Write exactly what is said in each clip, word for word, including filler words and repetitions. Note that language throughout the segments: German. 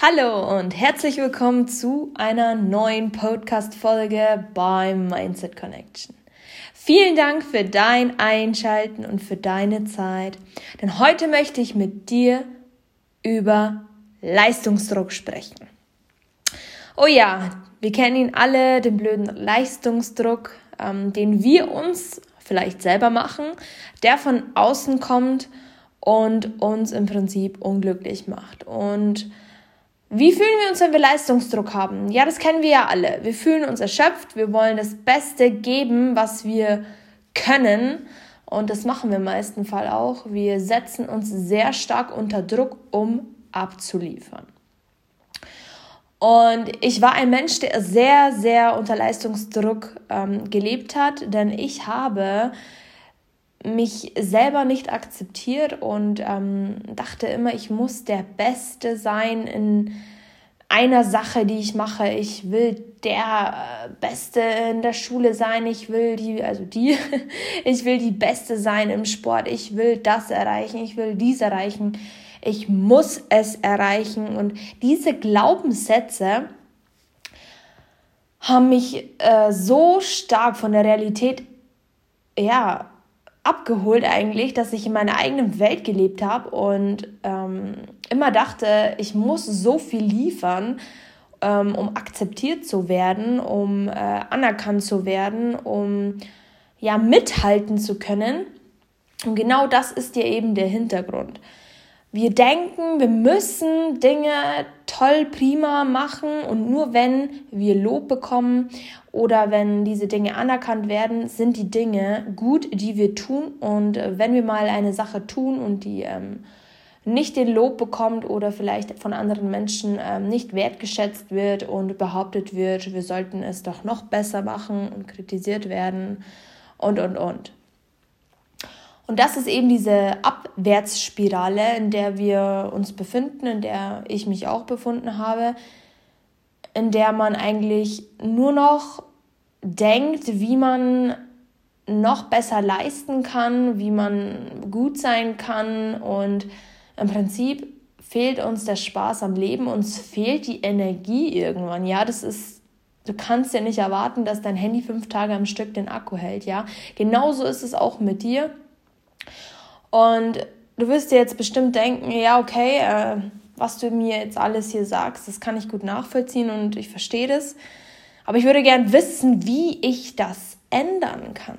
Hallo und herzlich willkommen zu einer neuen Podcast-Folge beim Mindset Connection. Vielen Dank für dein Einschalten und für deine Zeit, denn heute möchte ich mit dir über Leistungsdruck sprechen. Oh ja, wir kennen ihn alle, den blöden Leistungsdruck, ähm, den wir uns vielleicht selber machen, der von außen kommt und uns im Prinzip unglücklich macht. Und wie fühlen wir uns, wenn wir Leistungsdruck haben? Ja, das kennen wir ja alle. Wir fühlen uns erschöpft, wir wollen das Beste geben, was wir können. Und das machen wir im meisten Fall auch. Wir setzen uns sehr stark unter Druck, um abzuliefern. Und ich war ein Mensch, der sehr, sehr unter Leistungsdruck ähm, gelebt hat, denn ich habe mich selber nicht akzeptiert und ähm, dachte immer, ich muss der Beste sein in einer Sache, die ich mache. Ich will der äh, Beste in der Schule sein. Ich will die, also die, ich will die Beste sein im Sport. Ich will das erreichen. Ich will dies erreichen. Ich muss es erreichen. Und diese Glaubenssätze haben mich äh, so stark von der Realität, ja, abgeholt eigentlich, dass ich in meiner eigenen Welt gelebt habe und ähm, immer dachte, ich muss so viel liefern, ähm, um akzeptiert zu werden, um äh, anerkannt zu werden, um ja mithalten zu können. Und genau das ist ja eben der Hintergrund. Wir denken, wir müssen Dinge toll, prima machen und nur wenn wir Lob bekommen oder wenn diese Dinge anerkannt werden, sind die Dinge gut, die wir tun. Und wenn wir mal eine Sache tun und die ähm, nicht den Lob bekommt oder vielleicht von anderen Menschen ähm, nicht wertgeschätzt wird und behauptet wird, wir sollten es doch noch besser machen und kritisiert werden und, und, und. Und das ist eben diese Abwärtsspirale, in der wir uns befinden, in der ich mich auch befunden habe, in der man eigentlich nur noch denkt, wie man noch besser leisten kann, wie man gut sein kann. Und im Prinzip fehlt uns der Spaß am Leben, uns fehlt die Energie irgendwann. Ja, das ist, du kannst ja nicht erwarten, dass dein Handy fünf Tage am Stück den Akku hält. Ja, genauso ist es auch mit dir. Und du wirst dir jetzt bestimmt denken, ja okay, äh, was du mir jetzt alles hier sagst, das kann ich gut nachvollziehen und ich verstehe das. Aber ich würde gern wissen, wie ich das ändern kann.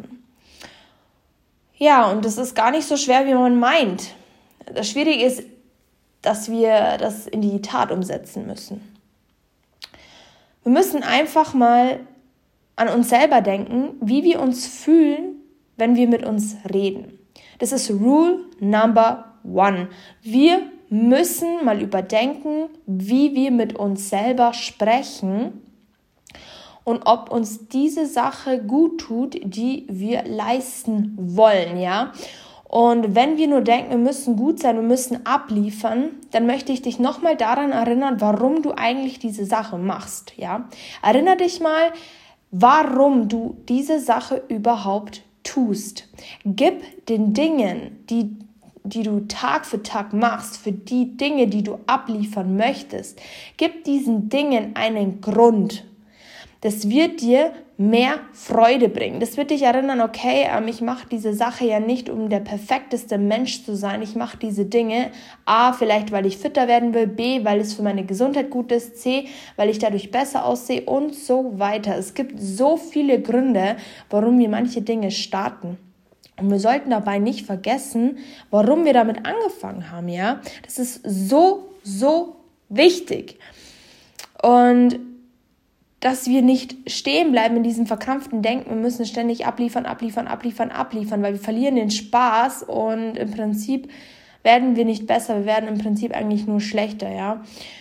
Ja, und das ist gar nicht so schwer, wie man meint. Das Schwierige ist, dass wir das in die Tat umsetzen müssen. Wir müssen einfach mal an uns selber denken, wie wir uns fühlen, wenn wir mit uns reden. Das ist Rule Number One. Wir müssen mal überdenken, wie wir mit uns selber sprechen und ob uns diese Sache gut tut, die wir leisten wollen, ja. Und wenn wir nur denken, wir müssen gut sein, wir müssen abliefern, dann möchte ich dich nochmal daran erinnern, warum du eigentlich diese Sache machst, ja. Erinner dich mal, warum du diese Sache überhaupt tust. Gib den Dingen, die, die du Tag für Tag machst, für die Dinge, die du abliefern möchtest, gib diesen Dingen einen Grund. Das wird dir mehr Freude bringen. Das wird dich erinnern, okay, ähm, ich mache diese Sache ja nicht, um der perfekteste Mensch zu sein. Ich mache diese Dinge, A, vielleicht, weil ich fitter werden will, B, weil es für meine Gesundheit gut ist, C, weil ich dadurch besser aussehe und so weiter. Es gibt so viele Gründe, warum wir manche Dinge starten. Und wir sollten dabei nicht vergessen, warum wir damit angefangen haben, ja. Das ist so, so wichtig. Und dass wir nicht stehen bleiben in diesem verkrampften Denken, wir müssen ständig abliefern, abliefern, abliefern, abliefern, weil wir verlieren den Spaß und im Prinzip werden wir nicht besser, wir werden im Prinzip eigentlich nur schlechter, ja.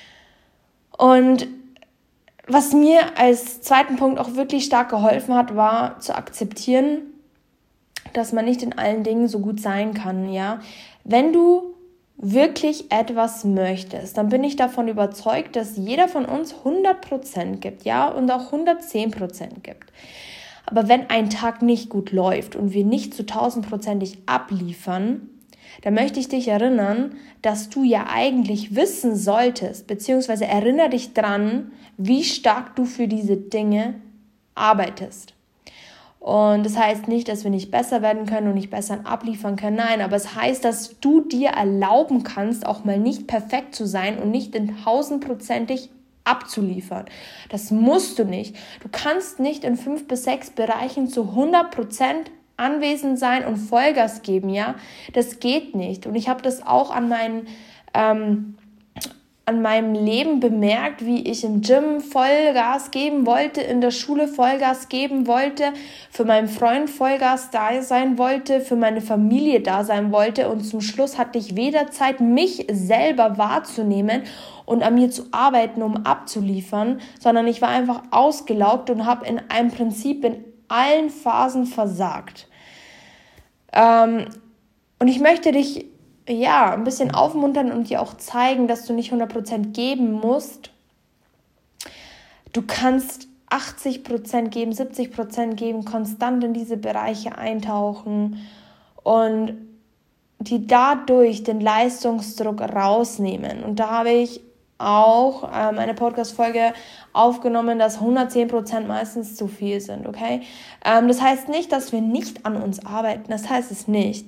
Und was mir als zweiten Punkt auch wirklich stark geholfen hat, war zu akzeptieren, dass man nicht in allen Dingen so gut sein kann, ja. Wenn du wirklich etwas möchtest, dann bin ich davon überzeugt, dass jeder von uns hundert Prozent gibt, ja, und auch hundertzehn Prozent gibt. Aber wenn ein Tag nicht gut läuft und wir nicht zu tausend Prozentig abliefern, da möchte ich dich erinnern, dass du ja eigentlich wissen solltest, beziehungsweise erinnere dich dran, wie stark du für diese Dinge arbeitest. Und das heißt nicht, dass wir nicht besser werden können und nicht besser abliefern können. Nein, aber es heißt, dass du dir erlauben kannst, auch mal nicht perfekt zu sein und nicht in tausendprozentig abzuliefern. Das musst du nicht. Du kannst nicht in fünf bis sechs Bereichen zu hundert Prozent anwesend sein und Vollgas geben, ja. Das geht nicht. Und ich habe das auch an meinen ähm, an meinem Leben bemerkt, wie ich im Gym Vollgas geben wollte, in der Schule Vollgas geben wollte, für meinen Freund Vollgas da sein wollte, für meine Familie da sein wollte und zum Schluss hatte ich weder Zeit, mich selber wahrzunehmen und an mir zu arbeiten, um abzuliefern, sondern ich war einfach ausgelaugt und habe in einem Prinzip in allen Phasen versagt. Ähm, und ich möchte dich ja, ein bisschen aufmuntern und dir auch zeigen, dass du nicht hundert Prozent geben musst. Du kannst achtzig Prozent geben, siebzig Prozent geben, konstant in diese Bereiche eintauchen und die dadurch den Leistungsdruck rausnehmen. Und da habe ich auch ähm, eine Podcast-Folge aufgenommen, dass hundertzehn Prozent meistens zu viel sind, okay? Ähm, das heißt nicht, dass wir nicht an uns arbeiten, das heißt es nicht.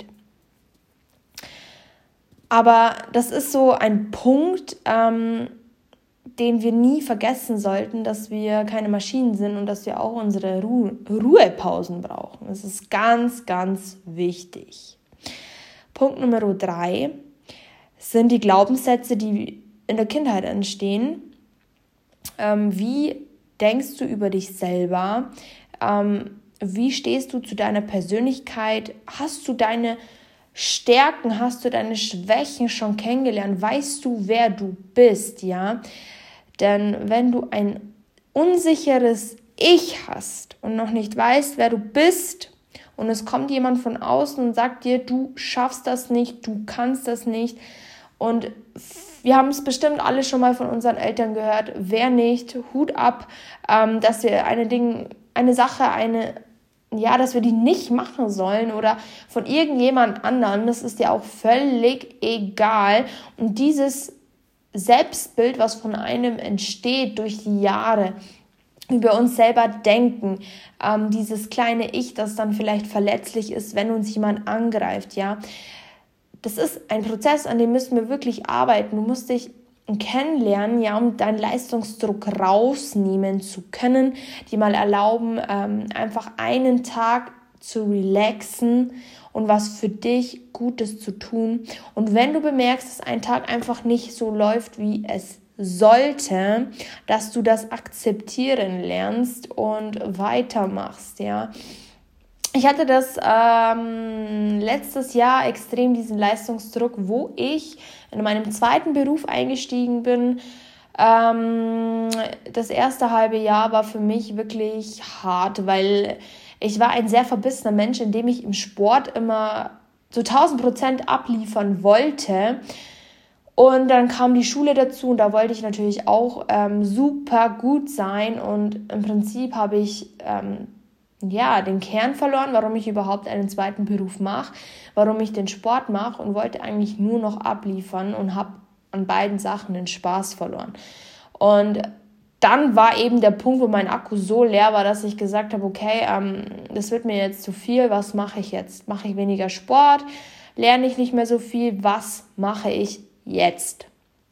Aber das ist so ein Punkt, ähm, den wir nie vergessen sollten, dass wir keine Maschinen sind und dass wir auch unsere Ru- Ruhepausen brauchen. Das ist ganz, ganz wichtig. Punkt Nummer drei sind die Glaubenssätze, die in der Kindheit entstehen. Ähm, wie denkst du über dich selber? Ähm, wie stehst du zu deiner Persönlichkeit? Hast du deine Stärken, hast du deine Schwächen schon kennengelernt? Weißt du, wer du bist, ja? Denn wenn du ein unsicheres Ich hast und noch nicht weißt, wer du bist und es kommt jemand von außen und sagt dir, du schaffst das nicht, du kannst das nicht und wir haben es bestimmt alle schon mal von unseren Eltern gehört, wer nicht, Hut ab, ähm, dass wir eine Ding, eine Sache, eine ja, dass wir die nicht machen sollen oder von irgendjemand anderen, das ist ja auch völlig egal. Und dieses Selbstbild, was von einem entsteht durch die Jahre, über uns selber denken, ähm, dieses kleine Ich, das dann vielleicht verletzlich ist, wenn uns jemand angreift, ja, das ist ein Prozess, an dem müssen wir wirklich arbeiten. Du musst dich kennenlernen, ja, um deinen Leistungsdruck rausnehmen zu können, dir mal erlauben, ähm, einfach einen Tag zu relaxen und was für dich Gutes zu tun. Und wenn du bemerkst, dass ein Tag einfach nicht so läuft, wie es sollte, dass du das akzeptieren lernst und weitermachst, ja. Ich hatte das ähm, letztes Jahr extrem, diesen Leistungsdruck, wo ich in meinem zweiten Beruf eingestiegen bin. Ähm, das erste halbe Jahr war für mich wirklich hart, weil ich war ein sehr verbissener Mensch, in dem ich im Sport immer so tausend Prozent abliefern wollte. Und dann kam die Schule dazu und da wollte ich natürlich auch ähm, super gut sein. Und im Prinzip habe ich ähm, ja, den Kern verloren, warum ich überhaupt einen zweiten Beruf mache, warum ich den Sport mache und wollte eigentlich nur noch abliefern und habe an beiden Sachen den Spaß verloren. Und dann war eben der Punkt, wo mein Akku so leer war, dass ich gesagt habe, okay, ähm, das wird mir jetzt zu viel, was mache ich jetzt? Mache ich weniger Sport? Lerne ich nicht mehr so viel? Was mache ich jetzt?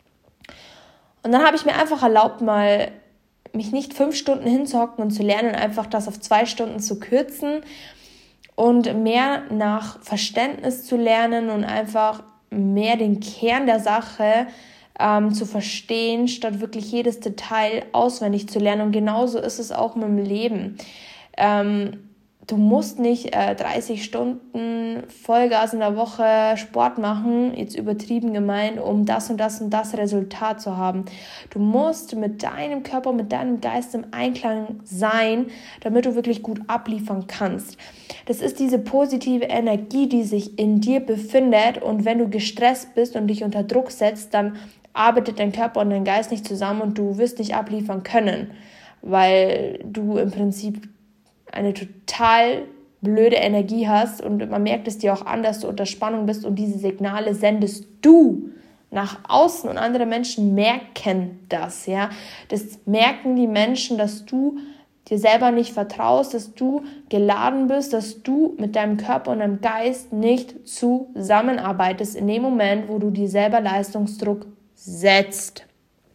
Und dann habe ich mir einfach erlaubt, mal mich nicht fünf Stunden hinzuhocken und zu lernen, einfach das auf zwei Stunden zu kürzen und mehr nach Verständnis zu lernen und einfach mehr den Kern der Sache ähm, zu verstehen, statt wirklich jedes Detail auswendig zu lernen. Und genauso ist es auch mit dem Leben. Ähm, du musst nicht äh, dreißig Stunden Vollgas in der Woche Sport machen, jetzt übertrieben gemeint, um das und das und das Resultat zu haben. Du musst mit deinem Körper, mit deinem Geist im Einklang sein, damit du wirklich gut abliefern kannst. Das ist diese positive Energie, die sich in dir befindet, und wenn du gestresst bist und dich unter Druck setzt, dann arbeitet dein Körper und dein Geist nicht zusammen und du wirst nicht abliefern können, weil du im Prinzip eine total blöde Energie hast und man merkt es dir auch an, dass du unter Spannung bist und diese Signale sendest du nach außen und andere Menschen merken das, ja. Das merken die Menschen, dass du dir selber nicht vertraust, dass du geladen bist, dass du mit deinem Körper und deinem Geist nicht zusammenarbeitest in dem Moment, wo du dir selber Leistungsdruck setzt.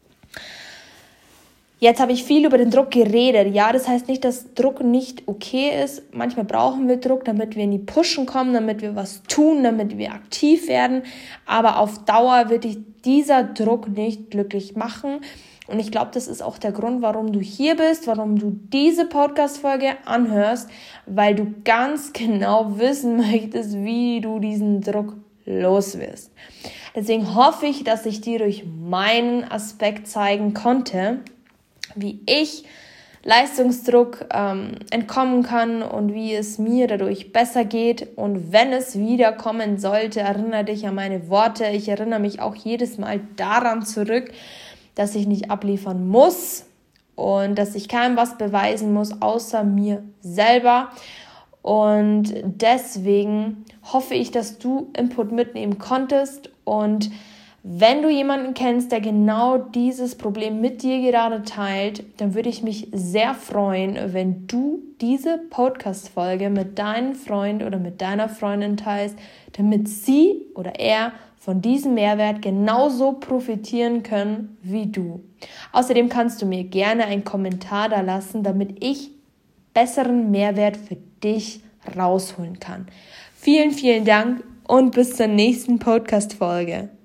Jetzt habe ich viel über den Druck geredet. Ja, das heißt nicht, dass Druck nicht okay ist. Manchmal brauchen wir Druck, damit wir in die Pushen kommen, damit wir was tun, damit wir aktiv werden. Aber auf Dauer wird dich dieser Druck nicht glücklich machen. Und ich glaube, das ist auch der Grund, warum du hier bist, warum du diese Podcast-Folge anhörst, weil du ganz genau wissen möchtest, wie du diesen Druck los wirst. Deswegen hoffe ich, dass ich dir durch meinen Aspekt zeigen konnte, wie ich Leistungsdruck ähm, entkommen kann und wie es mir dadurch besser geht. Und wenn es wieder kommen sollte, erinnere dich an meine Worte. Ich erinnere mich auch jedes Mal daran zurück, dass ich nicht abliefern muss und dass ich keinem was beweisen muss, außer mir selber. Und deswegen hoffe ich, dass du Input mitnehmen konntest. Und wenn du jemanden kennst, der genau dieses Problem mit dir gerade teilt, dann würde ich mich sehr freuen, wenn du diese Podcast-Folge mit deinem Freund oder mit deiner Freundin teilst, damit sie oder er von diesem Mehrwert genauso profitieren können wie du. Außerdem kannst du mir gerne einen Kommentar da lassen, damit ich besseren Mehrwert für dich rausholen kann. Vielen, vielen Dank und bis zur nächsten Podcast-Folge.